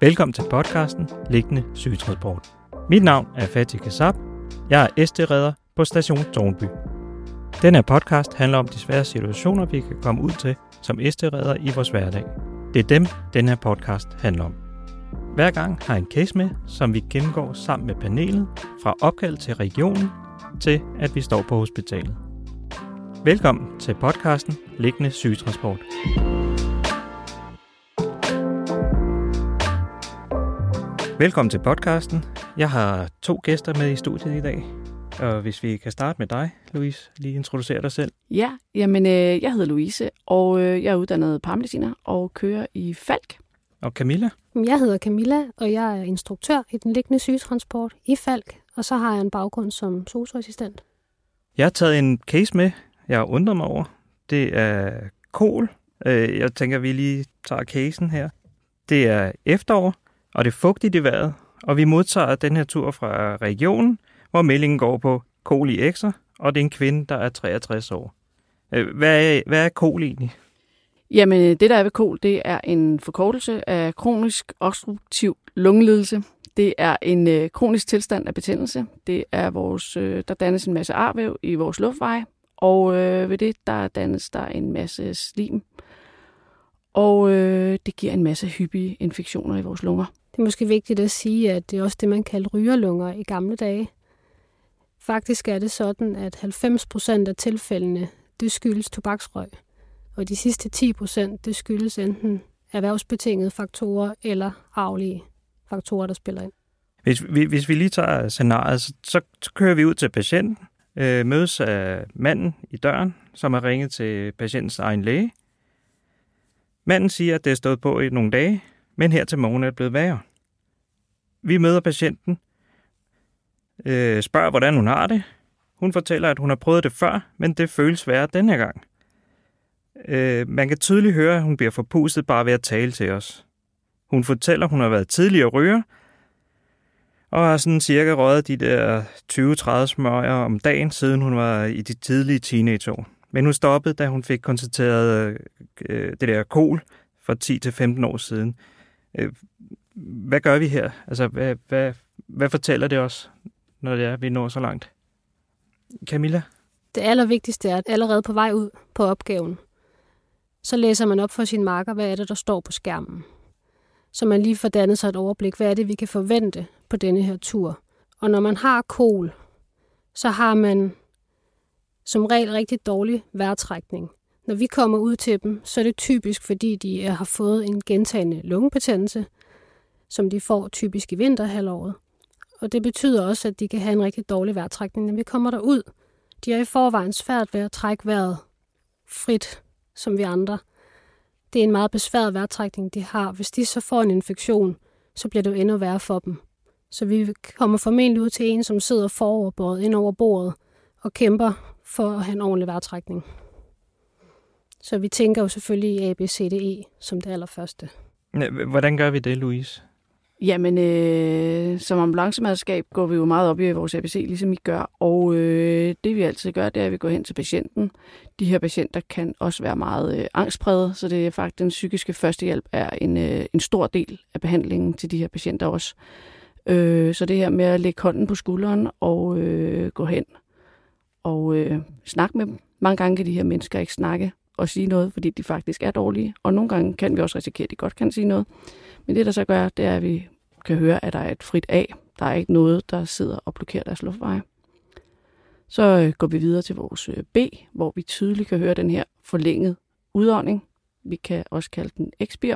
Velkommen til podcasten Liggende Sygetransport. Mit navn er Fatih Kassab. Jeg er SD-redder på Station Tårnby. Den her podcast handler om de svære situationer, vi kan komme ud til som SD-redder i vores hverdag. Det er dem, den her podcast handler om. Hver gang har jeg en case med, som vi gennemgår sammen med panelet, fra opkald til regionen, til at vi står på hospitalet. Velkommen til podcasten Liggende Sygetransport. Velkommen til podcasten. Jeg har 2 gæster med i studiet i dag. Og hvis vi kan starte med dig, Louise, lige introducere dig selv. Ja, jamen jeg hedder Louise, og jeg er uddannet paramediciner og kører i Falck. Og Camilla? Jeg hedder Camilla, og jeg er instruktør i den liggende sygetransport i Falck, og så har jeg en baggrund som sosu-assistent. Jeg har taget en case med, jeg har undret mig over. Det er KOL. Jeg tænker, vi lige tager casen her. Det er efterår, og det er fugtigt i vejret, og vi modtager den her tur fra regionen, hvor meldingen går på KOL i X'er, og det er en kvinde, der er 63 år. Hvad er KOL egentlig? Jamen, det der er ved KOL, det er en forkortelse af kronisk obstruktiv lungelidelse. Det er en kronisk tilstand af betændelse. Det er der dannes en masse arvæv i vores luftveje, og ved det, der dannes der en masse slim. Og det giver en masse hyppige infektioner i vores lunger. Det er måske vigtigt at sige, at det er også det, man kaldte rygerlunger i gamle dage. Faktisk er det sådan, at 90% af tilfældene, det skyldes tobaksrøg. Og de sidste 10%, det skyldes enten erhvervsbetingede faktorer eller arvelige faktorer, der spiller ind. Hvis vi lige tager scenariet, så kører vi ud til patienten, mødes af manden i døren, som har ringet til patientens egen læge. Manden siger, at det er stået på i nogle dage, men her til morgen er det blevet værre. Vi møder patienten, spørger, hvordan hun har det. Hun fortæller, at hun har prøvet det før, men det føles værre den her gang. Man kan tydeligt høre, at hun bliver forpustet bare ved at tale til os. Hun fortæller, at hun har været tidligere ryger, og har sådan cirka røget de der 20-30 smøger om dagen, siden hun var i de tidlige teenageår. Men hun stoppede, da hun fik konstateret det der KOL for 10-15 år siden. Hvad gør vi her? Altså, hvad fortæller det os, når det er, vi når så langt? Camilla? Det allervigtigste er, at allerede på vej ud på opgaven, så læser man op for sine marker, hvad er det, der står på skærmen. Så man lige får dannet sig et overblik, hvad er det, vi kan forvente på denne her tur. Og når man har KOL, så har man som regel rigtig dårlig vejrtrækning. Når vi kommer ud til dem, så er det typisk, fordi de har fået en gentagende lungebetændelse, som de får typisk i vinterhalvåret. Og det betyder også, at de kan have en rigtig dårlig vejrtrækning, når vi kommer derud. De har i forvejen svært ved at trække vejret frit, som vi andre. Det er en meget besværet vejrtrækning, de har. Hvis de så får en infektion, så bliver det jo endnu værre for dem. Så vi kommer formentlig ud til en, som sidder foroverbøjet ind over bordet og kæmper for at have en ordentlig vejrtrækning. Så vi tænker jo selvfølgelig i A, B, C, D, E som det allerførste. Hvordan gør vi det, Louise? Jamen, som ambulancemandskab går vi jo meget op i vores ABC, ligesom I gør. Og det vi altid gør, det er, at vi går hen til patienten. De her patienter kan også være meget angstpræget, så det er faktisk den psykiske førstehjælp er en stor del af behandlingen til de her patienter også. Så det her med at lægge hånden på skulderen og gå hen og snakke med dem. Mange gange kan de her mennesker ikke snakke og sige noget, fordi de faktisk er dårlige. Og nogle gange kan vi også risikere, at de godt kan sige noget. Men det, der så gør, det er, at vi kan høre, at der er et frit A. Der er ikke noget, der sidder og blokerer deres luftveje. Så går vi videre til vores B, hvor vi tydeligt kan høre den her forlængede udånding. Vi kan også kalde den expir.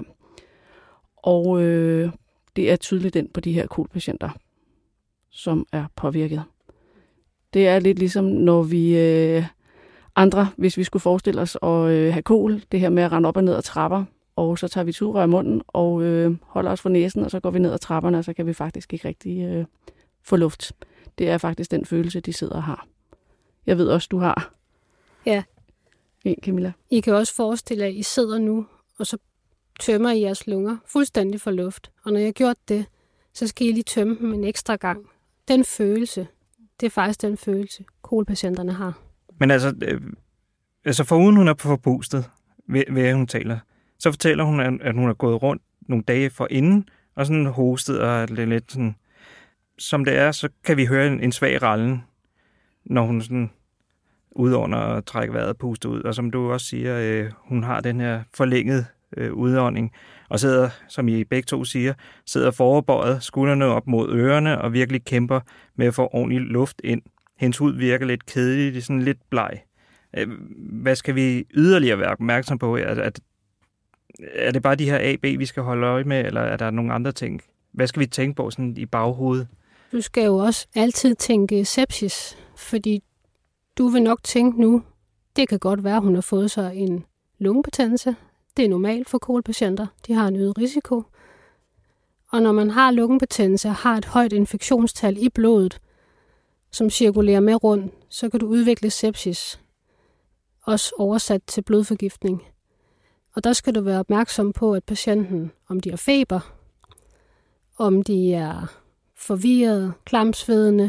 Og det er tydeligt den på de her KOL-patienter, som er påvirket. Det er lidt ligesom, når vi andre, hvis vi skulle forestille os at have KOL, det her med at rende op og ned ad trapper, og så tager vi sugerør i munden og holder os for næsen, og så går vi ned ad trapperne, og så kan vi faktisk ikke rigtig få luft. Det er faktisk den følelse, de sidder og har. Jeg ved også, du har. Ja. Camilla. I kan også forestille jer, at I sidder nu, og så tømmer I jeres lunger fuldstændig for luft. Og når jeg har gjort det, så skal I lige tømme dem en ekstra gang. Den følelse, det er faktisk den følelse, KOL-patienterne har. Men altså foruden hun er forpustet, ved hun taler, så fortæller hun, at hun har gået rundt nogle dage forinden og sådan hostet og lidt sådan... Som det er, så kan vi høre en svag rallen, når hun sådan udånder og trækker vejret og puster ud. Og som du også siger, hun har den her forlængede udånding, og sidder, som I begge to siger, sidder foroverbøjet, skuldrene op mod ørerne, og virkelig kæmper med at få ordentlig luft ind. Hendes hud virker lidt kedelig, det er sådan lidt bleg. Hvad skal vi yderligere være opmærksom på? Er det bare de her A, B, vi skal holde øje med, eller er der nogle andre ting? Hvad skal vi tænke på sådan i baghovedet? Du skal jo også altid tænke sepsis, fordi du vil nok tænke nu, det kan godt være, at hun har fået sig en lungebetændelse. Det er normalt for KOL-patienter. De har en øget risiko. Og når man har lungebetændelse og har et højt infektionstal i blodet, som cirkulerer med rundt, så kan du udvikle sepsis, også oversat til blodforgiftning. Og der skal du være opmærksom på, at patienten, om de har feber, om de er forvirret, klamsvedende,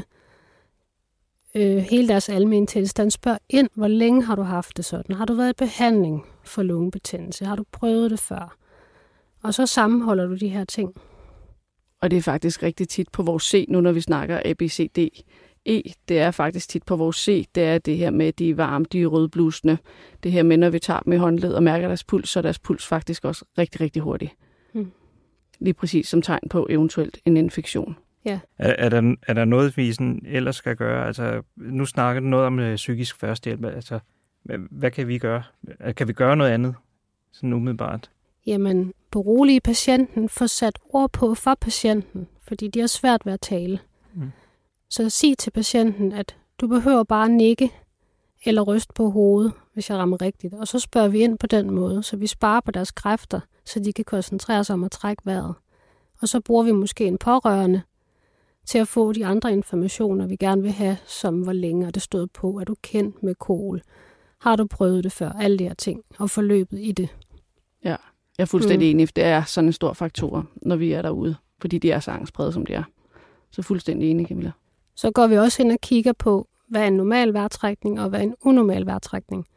hele deres almene tilstand, spørg ind, hvor længe har du haft det sådan? Har du været i behandling for lungebetændelse? Har du prøvet det før? Og så sammenholder du de her ting. Og det er faktisk rigtig tit på vores C, nu når vi snakker A, B, C, D, E. Det er faktisk tit på vores C, det er det her med, de er varme, de er rødblusende. Det her med, når vi tager dem i håndled og mærker deres puls, så er deres puls faktisk også rigtig, rigtig hurtig. Lige præcis som tegn på eventuelt en infektion. Ja. Er der noget, vi sådan ellers skal gøre? Altså, nu snakker du noget om psykisk førstehjælp. Altså, hvad kan vi gøre? Kan vi gøre noget andet? Sådan umiddelbart. Jamen, berolige patienten, få sat ord på for patienten, fordi de har svært ved at tale. Så sig til patienten, at du behøver bare nikke eller ryste på hovedet, hvis jeg rammer rigtigt. Og så spørger vi ind på den måde, så vi sparer på deres kræfter, så de kan koncentrere sig om at trække vejret. Og så bruger vi måske en pårørende til at få de andre informationer, vi gerne vil have, som hvor længe det stod på. Er du kendt med KOL? Har du prøvet det før? Alle de her ting. Og forløbet i det. Ja, jeg er fuldstændig enig. Det er sådan en stor faktor, når vi er derude. Fordi de er så angstpræget, som de er. Så fuldstændig enig, Camilla. Så går vi også ind og kigger på, hvad er en normal vejrtrækning og hvad er en unormal vejrtrækning.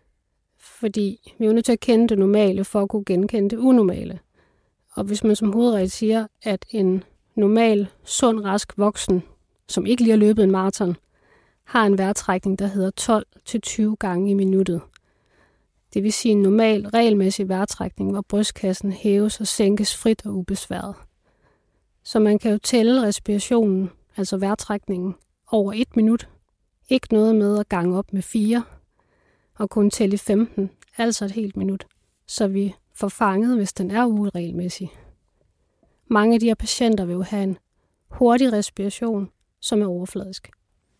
Fordi vi er nødt til at kende det normale for at kunne genkende det unormale. Og hvis man som hovedregel siger, at en normal, sund, rask voksen, som ikke lige har løbet en maraton, har en vejrtrækning, der hedder 12-20 gange i minuttet. Det vil sige en normal, regelmæssig vejrtrækning, hvor brystkassen hæves og sænkes frit og ubesværet. Så man kan jo tælle respirationen, altså vejrtrækningen, over 1 minut. Ikke noget med at gange op med 4 og kun tælle 15, altså et helt minut, så vi får fanget, hvis den er uregelmæssig. Mange af de her patienter vil jo have en hurtig respiration, som er overfladisk.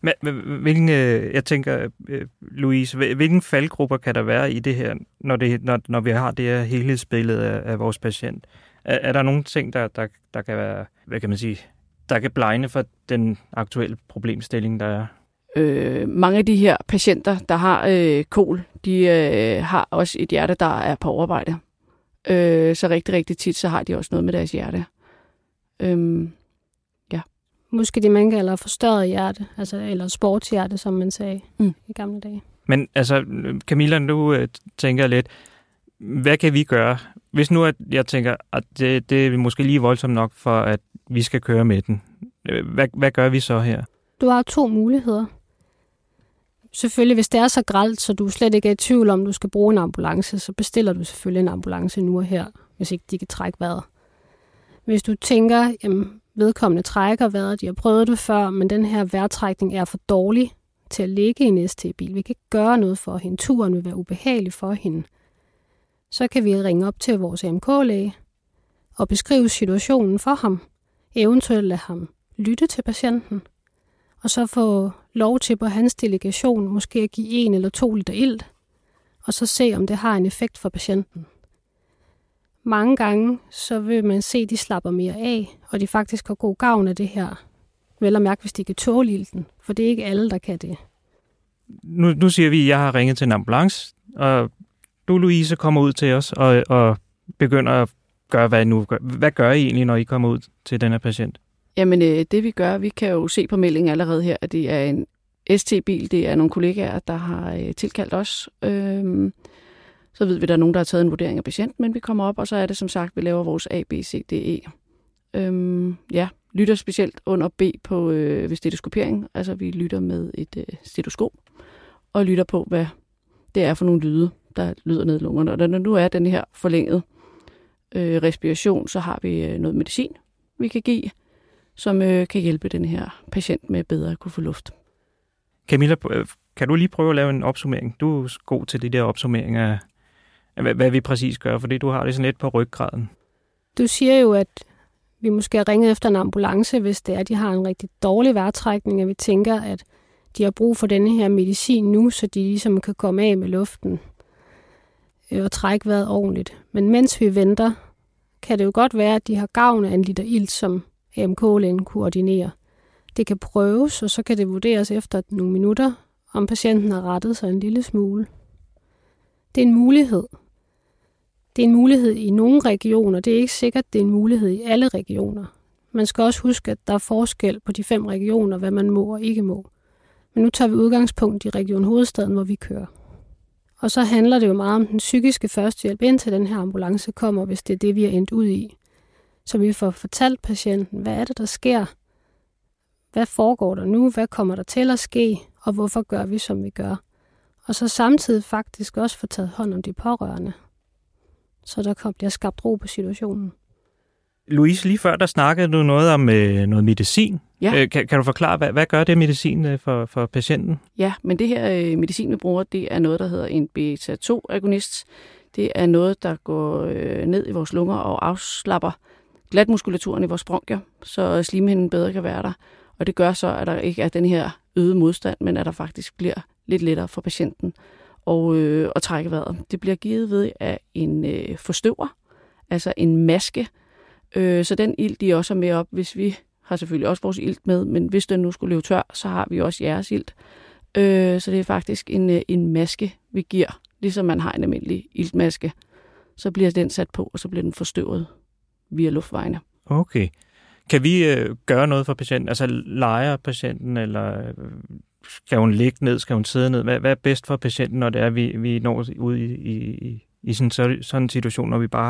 Jeg tænker, Louise, hvilke faldgrupper kan der være i det her, når vi har det her helhedsbillede af vores patient? Er der nogle ting, der kan være, hvad kan man sige, der kan blegne for den aktuelle problemstilling, der er? Mange af de her patienter, der har KOL, de har også et hjerte, der er på overarbejde. Så rigtig, rigtig tit, så har de også noget med deres hjerte. Ja. Måske det, man kalder forstørret hjerte, altså, eller sportshjerte, som man sagde i gamle dage. Men altså, Camilla, nu tænker jeg lidt, hvad kan vi gøre? Hvis nu, at jeg tænker, at det er måske lige voldsomt nok for, at vi skal køre med den. Hvad gør vi så her? Du har 2 muligheder. Selvfølgelig, hvis det er så grelt, så du slet ikke er i tvivl om, du skal bruge en ambulance, så bestiller du selvfølgelig en ambulance nu og her, hvis ikke de kan trække vejret. Hvis du tænker, jamen, vedkommende trækker vejret, de har prøvet det før, men den her vejrtrækning er for dårlig til at ligge i en ST-bil. Vi kan ikke gøre noget for hende. Turen vil være ubehagelig for hende. Så kan vi ringe op til vores AMK-læge og beskrive situationen for ham. Eventuelt lade ham lytte til patienten, og så få lov til på hans delegation måske at give 1 eller 2 liter ilt, og så se, om det har en effekt for patienten. Mange gange så vil man se, at de slapper mere af, og de faktisk har god gavn af det her. Vel at mærke, hvis de kan tåle ilten, for det er ikke alle, der kan det. Nu siger vi, at jeg har ringet til en ambulance, og du, Louise, kommer ud til os og begynder at gøre, hvad I nu gør. Hvad gør I egentlig, når I kommer ud til den her patient? Jamen, det vi gør, vi kan jo se på meldingen allerede her, at det er en ST-bil. Det er nogle kollegaer, der har tilkaldt os. Så ved vi, at der er nogen, der har taget en vurdering af patienten, men vi kommer op, og så er det som sagt, vi laver vores A, B, C, D, E. Lytter specielt under B på ved stetoskopering. Altså vi lytter med et stetoskop og lytter på, hvad det er for nogle lyde, der lyder ned i lungerne. Og når nu er den her forlænget respiration, så har vi noget medicin, vi kan give, som kan hjælpe den her patient med bedre at kunne få luft. Camilla, kan du lige prøve at lave en opsummering? Du er god til de der opsummeringer af, hvad vi præcis gør, fordi du har det sådan lidt på ryggraden. Du siger jo, at vi måske har ringet efter en ambulance, hvis det er, at de har en rigtig dårlig vejrtrækning, og vi tænker, at de har brug for denne her medicin nu, så de ligesom kan komme af med luften og trække vejret ordentligt. Men mens vi venter, kan det jo godt være, at de har gavn af en liter ilt, som AMK-lægen kunne ordinere. Det kan prøves, og så kan det vurderes efter nogle minutter, om patienten har rettet sig en lille smule. Det er en mulighed. Det er en mulighed i nogle regioner. Det er ikke sikkert, det er en mulighed i alle regioner. Man skal også huske, at der er forskel på de 5 regioner, hvad man må og ikke må. Men nu tager vi udgangspunkt i Region Hovedstaden, hvor vi kører. Og så handler det jo meget om den psykiske førstehjælp, indtil den her ambulance kommer, hvis det er det, vi er endt ud i. Så vi får fortalt patienten, hvad er det, der sker? Hvad foregår der nu? Hvad kommer der til at ske? Og hvorfor gør vi, som vi gør? Og så samtidig faktisk også få taget hånd om de pårørende. Så der bliver skabt ro på situationen. Louise, lige før der snakkede du noget om noget medicin. Ja. Kan du forklare, hvad gør det medicin for patienten? Ja, men det her medicin, vi bruger, det er noget, der hedder en beta-2-agonist. Det er noget, der går ned i vores lunger og afslapper glatmuskulaturen i vores bronkier, så slimhinden bedre kan være der. Og det gør så, at der ikke er den her øgede modstand, men at der faktisk bliver lidt lettere for patienten at trække vejret. Det bliver givet ved af en forstøver, altså en maske. Så den ilt, de også er med op, hvis vi har selvfølgelig også vores ilt med, men hvis den nu skulle løbe tør, så har vi også jeres ilt. Så det er faktisk en maske, vi giver, ligesom man har en almindelig iltmaske. Så bliver den sat på, og så bliver den forstøvet via luftvejene. Okay. Kan vi gøre noget for patienten? Altså leger patienten, eller skal hun ligge ned, skal hun sidde ned? Hvad er bedst for patienten, når det er, vi når ud i sådan en situation,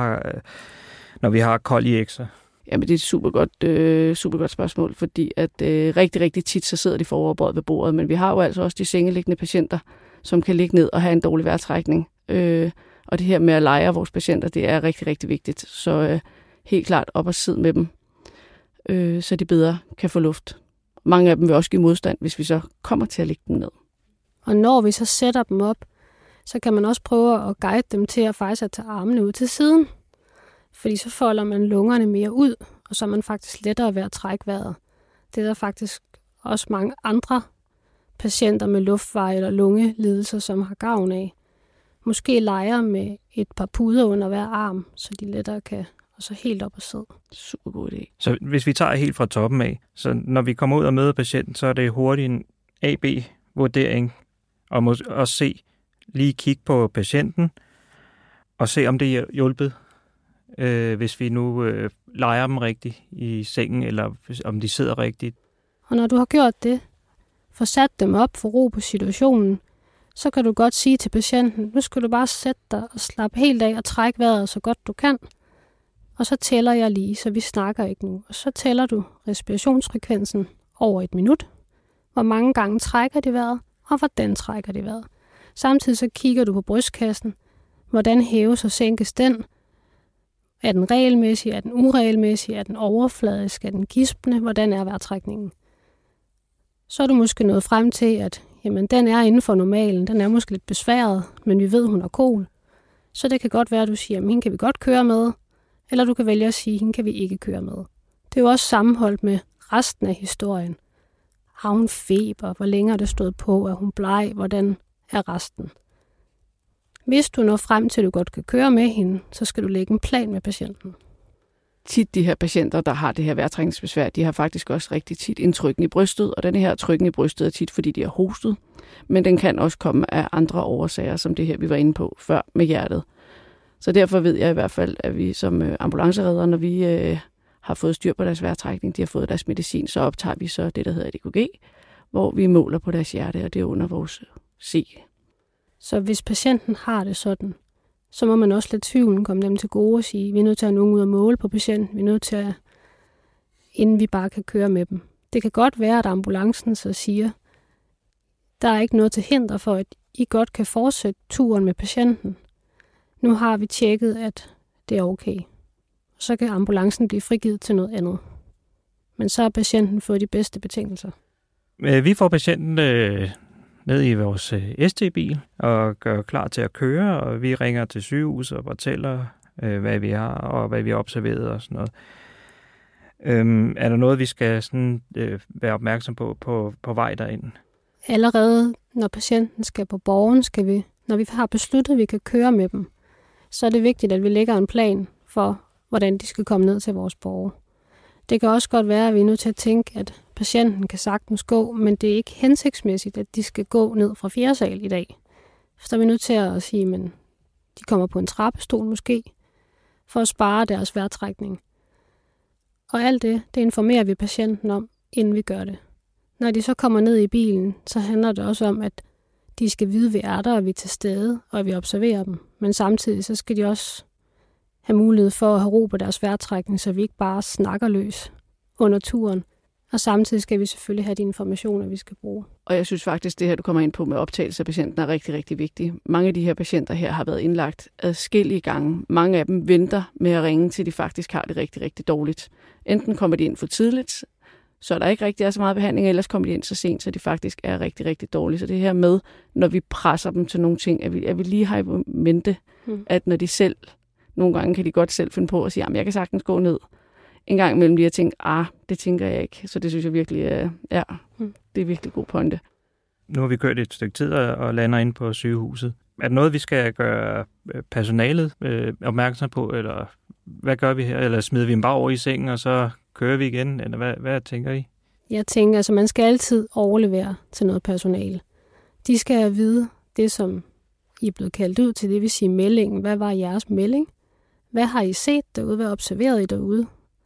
når vi har kold i ekser? Jamen, det er et super godt spørgsmål, fordi at rigtig, rigtig tit, så sidder de foroverbøjet ved bordet, men vi har jo altså også de sengeliggende patienter, som kan ligge ned og have en dårlig vejrtrækning. Og det her med at lege vores patienter, det er rigtig, rigtig vigtigt. Så helt klart op og sidde med dem, så de bedre kan få luft. Mange af dem vil også give modstand, hvis vi så kommer til at lægge dem ned. Og når vi så sætter dem op, så kan man også prøve at guide dem til at faktisk at tage armene ud til siden. Fordi så folder man lungerne mere ud, og så er man faktisk lettere ved at trække vejret. Det er der faktisk også mange andre patienter med luftveje- eller lungelidelser, som har gavn af. Måske leger med et par puder under hver arm, så de lettere kan, og så helt op og sidde. Super god idé. Så hvis vi tager helt fra toppen af, så når vi kommer ud og møder patienten, så er det hurtigt en AB-vurdering, og lige kigge på patienten, og se om det er hjulpet, hvis vi nu leger dem rigtigt i sengen, eller om de sidder rigtigt. Og når du har gjort det, få sat dem op, få ro på situationen, så kan du godt sige til patienten, nu skal du bare sætte dig og slappe helt af og trække vejret så godt du kan. Og så tæller jeg lige, så vi snakker ikke nu. Og så tæller du respirationsfrekvensen over 1 minut. Hvor mange gange trækker de vejret, og hvordan trækker de vejret. Samtidig så kigger du på brystkassen. Hvordan hæves og sænkes den? Er den regelmæssig? Er den uregelmæssig? Er den overfladisk? Er den gispende? Hvordan er vejrtrækningen? Så er du måske nået frem til, at jamen, den er inden for normalen. Den er måske lidt besværet, men vi ved, hun er kol. Så det kan godt være, at du siger, at hende kan vi godt køre med. Eller du kan vælge at sige, at hende kan vi ikke køre med. Det er jo også sammenholdt med resten af historien. Har hun feber? Hvor længe er det stået på? Er hun bleg? Hvordan er resten? Hvis du når frem til, at du godt kan køre med hende, så skal du lægge en plan med patienten. Tit de her patienter, der har det her vejrtrækningsbesvær, de har faktisk også rigtig tit en trykken i brystet, og den her trykken i brystet er tit, fordi de har hostet. Men den kan også komme af andre årsager, som det her, vi var inde på før med hjertet. Så derfor ved jeg i hvert fald, at vi som ambulancereddere, når vi har fået styr på deres vejrtrækning, de har fået deres medicin, så optager vi så det, der hedder et EKG, hvor vi måler på deres hjerte, og det er under vores C. Så hvis patienten har det sådan, så må man også lade tvivlen komme dem til gode og sige, vi er nødt til at have nogen ud og måle på patienten, vi er nødt til at inden vi bare kan køre med dem. Det kan godt være, at ambulancen så siger, der er ikke noget til hinder for, at I godt kan fortsætte turen med patienten. Nu har vi tjekket, at det er okay. Så kan ambulancen blive frigivet til noget andet. Men så har patienten fået de bedste betingelser. Vi får patienten ned i vores ST-bil og gør klar til at køre, og vi ringer til sygehuset og fortæller, hvad vi har og hvad vi har observeret og sådan noget. Er der noget, vi skal sådan, være opmærksom på vej derind? Allerede når patienten skal på borgen, når vi har besluttet, at vi kan køre med dem, så er det vigtigt, at vi lægger en plan for, hvordan de skal komme ned til vores borge. Det kan også godt være, at vi er nødt til at tænke, at patienten kan sagtens gå, men det er ikke hensigtsmæssigt, at de skal gå ned fra 4. sal i dag. Så er vi nødt til at sige, at de kommer på en trappestol måske, for at spare deres vejrtrækning. Og alt det informerer vi patienten om, inden vi gør det. Når de så kommer ned i bilen, så handler det også om, at de skal vide, at vi er der, og vi er til stede, og at vi observerer dem. Men samtidig så skal de også have mulighed for at have ro på deres vejrtrækning, så vi ikke bare snakker løs under turen. Og samtidig skal vi selvfølgelig have de informationer, vi skal bruge. Og jeg synes faktisk, det her, du kommer ind på med optagelse af patienten, er rigtig, rigtig vigtigt. Mange af de her patienter her har været indlagt adskillige gange. Mange af dem venter med at ringe, til de faktisk har det rigtig, rigtig dårligt. Enten kommer de ind for tidligt, så der ikke rigtig er så meget behandling, ellers kommer de ind så sent, så de faktisk er rigtig, rigtig dårlige. Så det her med, når vi presser dem til nogle ting, at vi lige har i mente, at når de selv, nogle gange kan de godt selv finde på at sige, at jeg kan sagtens gå ned. En gang imellem lige at tænke, det tænker jeg ikke. Så det synes jeg virkelig, det er virkelig god pointe. Nu har vi kørt et stykke tid og lander ind på sygehuset. Er det noget, vi skal gøre personalet opmærksom på, eller hvad gør vi her? Eller smider vi dem bare over i sengen, og så kører vi igen? Eller hvad tænker I? Jeg tænker, altså man skal altid overlevere til noget personale. De skal vide det, som I er blevet kaldt ud til, det vil sige meldingen. Hvad var jeres melding? Hvad har I set derude? Hvad observerede I derude?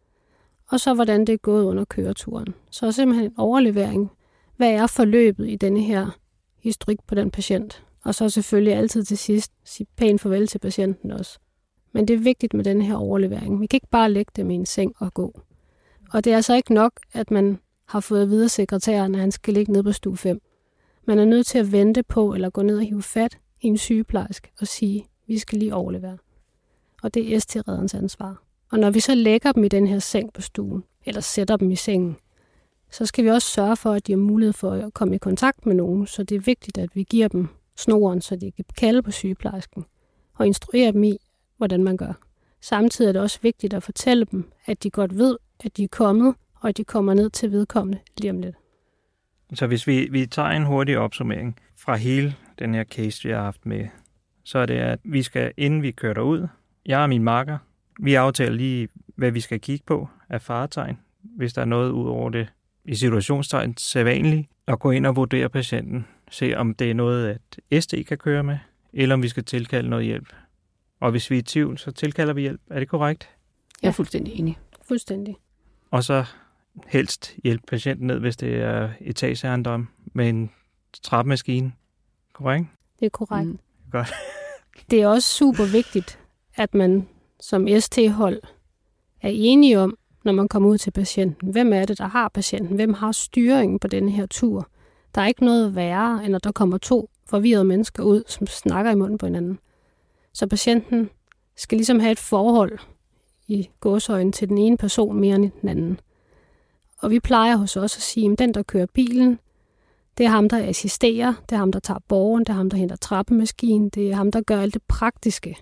Og så hvordan det er gået under køreturen. Så simpelthen en overlevering. Hvad er forløbet i denne her historik på den patient? Og så selvfølgelig altid til sidst sige pænt farvel til patienten også. Men det er vigtigt med denne her overlevering. Vi kan ikke bare lægge dem i en seng og gå. Og det er altså ikke nok, at man har fået at vide af sekretæren, at han skal ligge nede på stue 5. Man er nødt til at vente på eller gå ned og hive fat i en sygeplejerske og sige, vi skal lige overlevere. Og det er ST-redderens ansvar. Og når vi så lægger dem i den her seng på stuen, eller sætter dem i sengen, så skal vi også sørge for, at de har mulighed for at komme i kontakt med nogen, så det er vigtigt, at vi giver dem snoren, så de kan kalde på sygeplejersken og instruere dem i, hvordan man gør. Samtidig er det også vigtigt at fortælle dem, at de godt ved, at de er kommet, og at de kommer ned til vedkommende lige om lidt. Så hvis vi tager en hurtig opsummering fra hele den her case, vi har haft med, så er det, at vi skal, inden vi kører derud, jeg og min makker, vi aftaler lige, hvad vi skal kigge på af faretegn, hvis der er noget ud over det i situationstegn sædvanligt, og gå ind og vurdere patienten, se om det er noget, at ST kan køre med, eller om vi skal tilkalde noget hjælp. Og hvis vi er i tvivl, så tilkalder vi hjælp. Er det korrekt? Jeg er fuldstændig enig. Fuldstændig. Og så helst hjælpe patienten ned, hvis det er etageejendom med en trappemaskine. Korrekt? Det er korrekt. Godt. Det er også super vigtigt, at man som ST-hold er enige om, når man kommer ud til patienten. Hvem er det, der har patienten? Hvem har styringen på denne her tur? Der er ikke noget værre, end at der kommer 2 forvirrede mennesker ud, som snakker i munden på hinanden. Så patienten skal ligesom have et forhold i gåseøjne til den ene person mere end den anden. Og vi plejer hos os at sige, at den, der kører bilen, det er ham, der assisterer, det er ham, der tager borgen, det er ham, der henter trappemaskinen, det er ham, der gør alt det praktiske.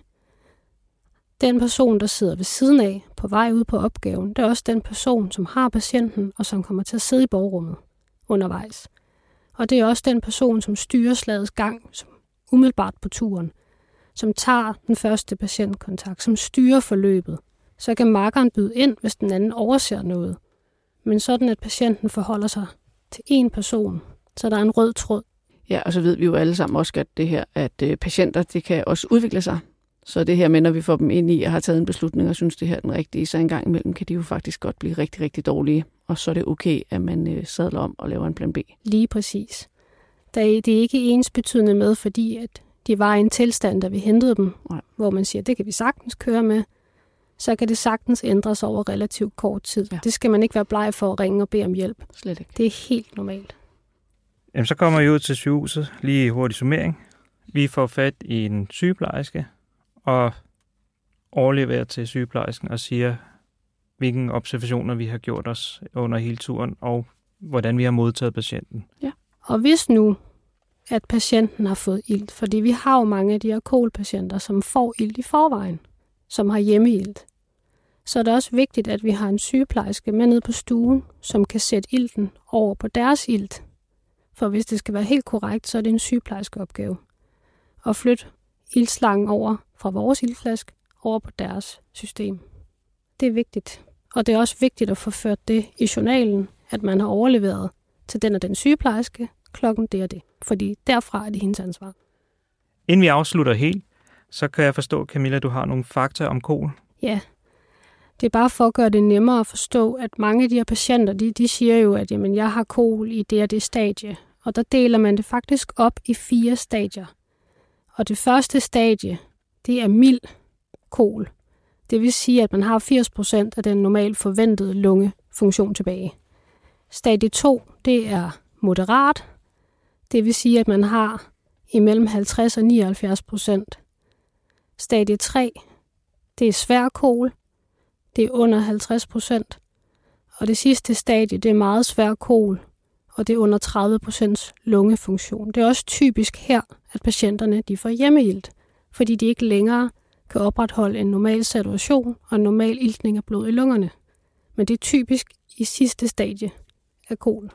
Den person, der sidder ved siden af på vej ud på opgaven, det er også den person, som har patienten og som kommer til at sidde i borgerummet undervejs. Og det er også den person, som styrer slagets gang som umiddelbart på turen, som tager den første patientkontakt, som styrer forløbet. Så kan makkeren byde ind, hvis den anden overser noget. Men sådan, at patienten forholder sig til én person, så der er en rød tråd. Ja, og så ved vi jo alle sammen også, at det her, at patienter, det kan også udvikle sig. Så det her med, når vi får dem ind i og har taget en beslutning og synes, det her er den rigtige, så en gang imellem kan de jo faktisk godt blive rigtig, rigtig dårlige. Og så er det okay, at man sadler om og laver en plan B. Lige præcis. Det er ikke ensbetydende med, fordi at de var i en tilstand, da vi hentede dem, hvor man siger, det kan vi sagtens køre med. så kan det sagtens ændres over relativt kort tid. Ja. Det skal man ikke være bleg for at ringe og bede om hjælp. Slet ikke. Det er helt normalt. Jamen, så kommer I ud til sygehuset, lige i hurtig summering. Vi får fat i en sygeplejerske og overleverer til sygeplejersken og siger, hvilke observationer vi har gjort os under hele turen, og hvordan vi har modtaget patienten. Ja. Og hvis nu, at patienten har fået ilt, fordi vi har jo mange af de her KOL-patienter, som får ilt i forvejen, som har hjemmeilt, så er det også vigtigt, at vi har en sygeplejerske med nede på stuen, som kan sætte ilten over på deres ilt. For hvis det skal være helt korrekt, så er det en sygeplejerskeopgave at flytte iltslangen over fra vores iltflaske over på deres system. Det er vigtigt. Og det er også vigtigt at få ført det i journalen, at man har overleveret til den og den sygeplejerske klokken det og det. Fordi derfra er det hendes ansvar. Inden vi afslutter helt, så kan jeg forstå, Camilla, du har nogle fakta om KOL. Ja, det er bare for at gøre det nemmere at forstå, at mange af de her patienter, de siger jo, at jamen, jeg har KOL i det og det stadie. Og der deler man det faktisk op i 4 stadier. Og det første stadie, det er mild KOL. Det vil sige, at man har 80% af den normalt forventede lungefunktion tilbage. Stadie 2, det er moderat. Det vil sige, at man har imellem 50 og 79%. Stadie 3, det er svær KOL. Det er under 50%. Og det sidste stadie, det er meget svær KOL. Og det er under 30% lungefunktion. Det er også typisk her, at patienterne de får hjemmeilt, fordi de ikke længere kan opretholde en normal saturation og en normal iltning af blod i lungerne. Men det er typisk i sidste stadie af KOL.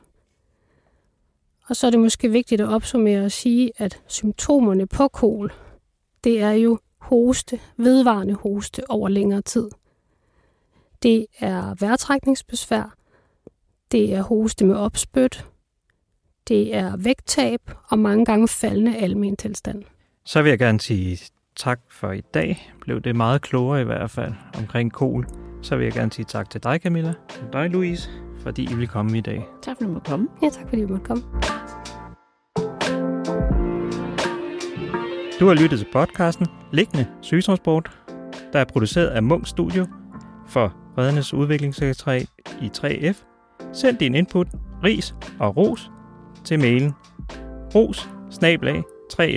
Og så er det måske vigtigt at opsummere og sige, at symptomerne på KOL, det er jo hoste, vedvarende hoste over længere tid. Det er vejrtrækningsbesvær, det er hoste med opspyt, det er vægttab og mange gange faldende almentilstand. Så vil jeg gerne sige tak for i dag. Blev det meget klogere i hvert fald omkring KOL. Så vil jeg gerne sige tak til dig, Camilla, og dig, Louise, fordi I ville komme i dag. Tak fordi du måtte komme. Ja, tak fordi du måtte komme. Du har lyttet til podcasten Liggende Sygetransport, der er produceret af Munk Studio for Redernes Udviklingssekretariat i 3F. Send din input, ris og ros til mailen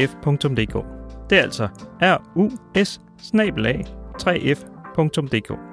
ros@3f.dk. Det er altså RUS@3f.dk.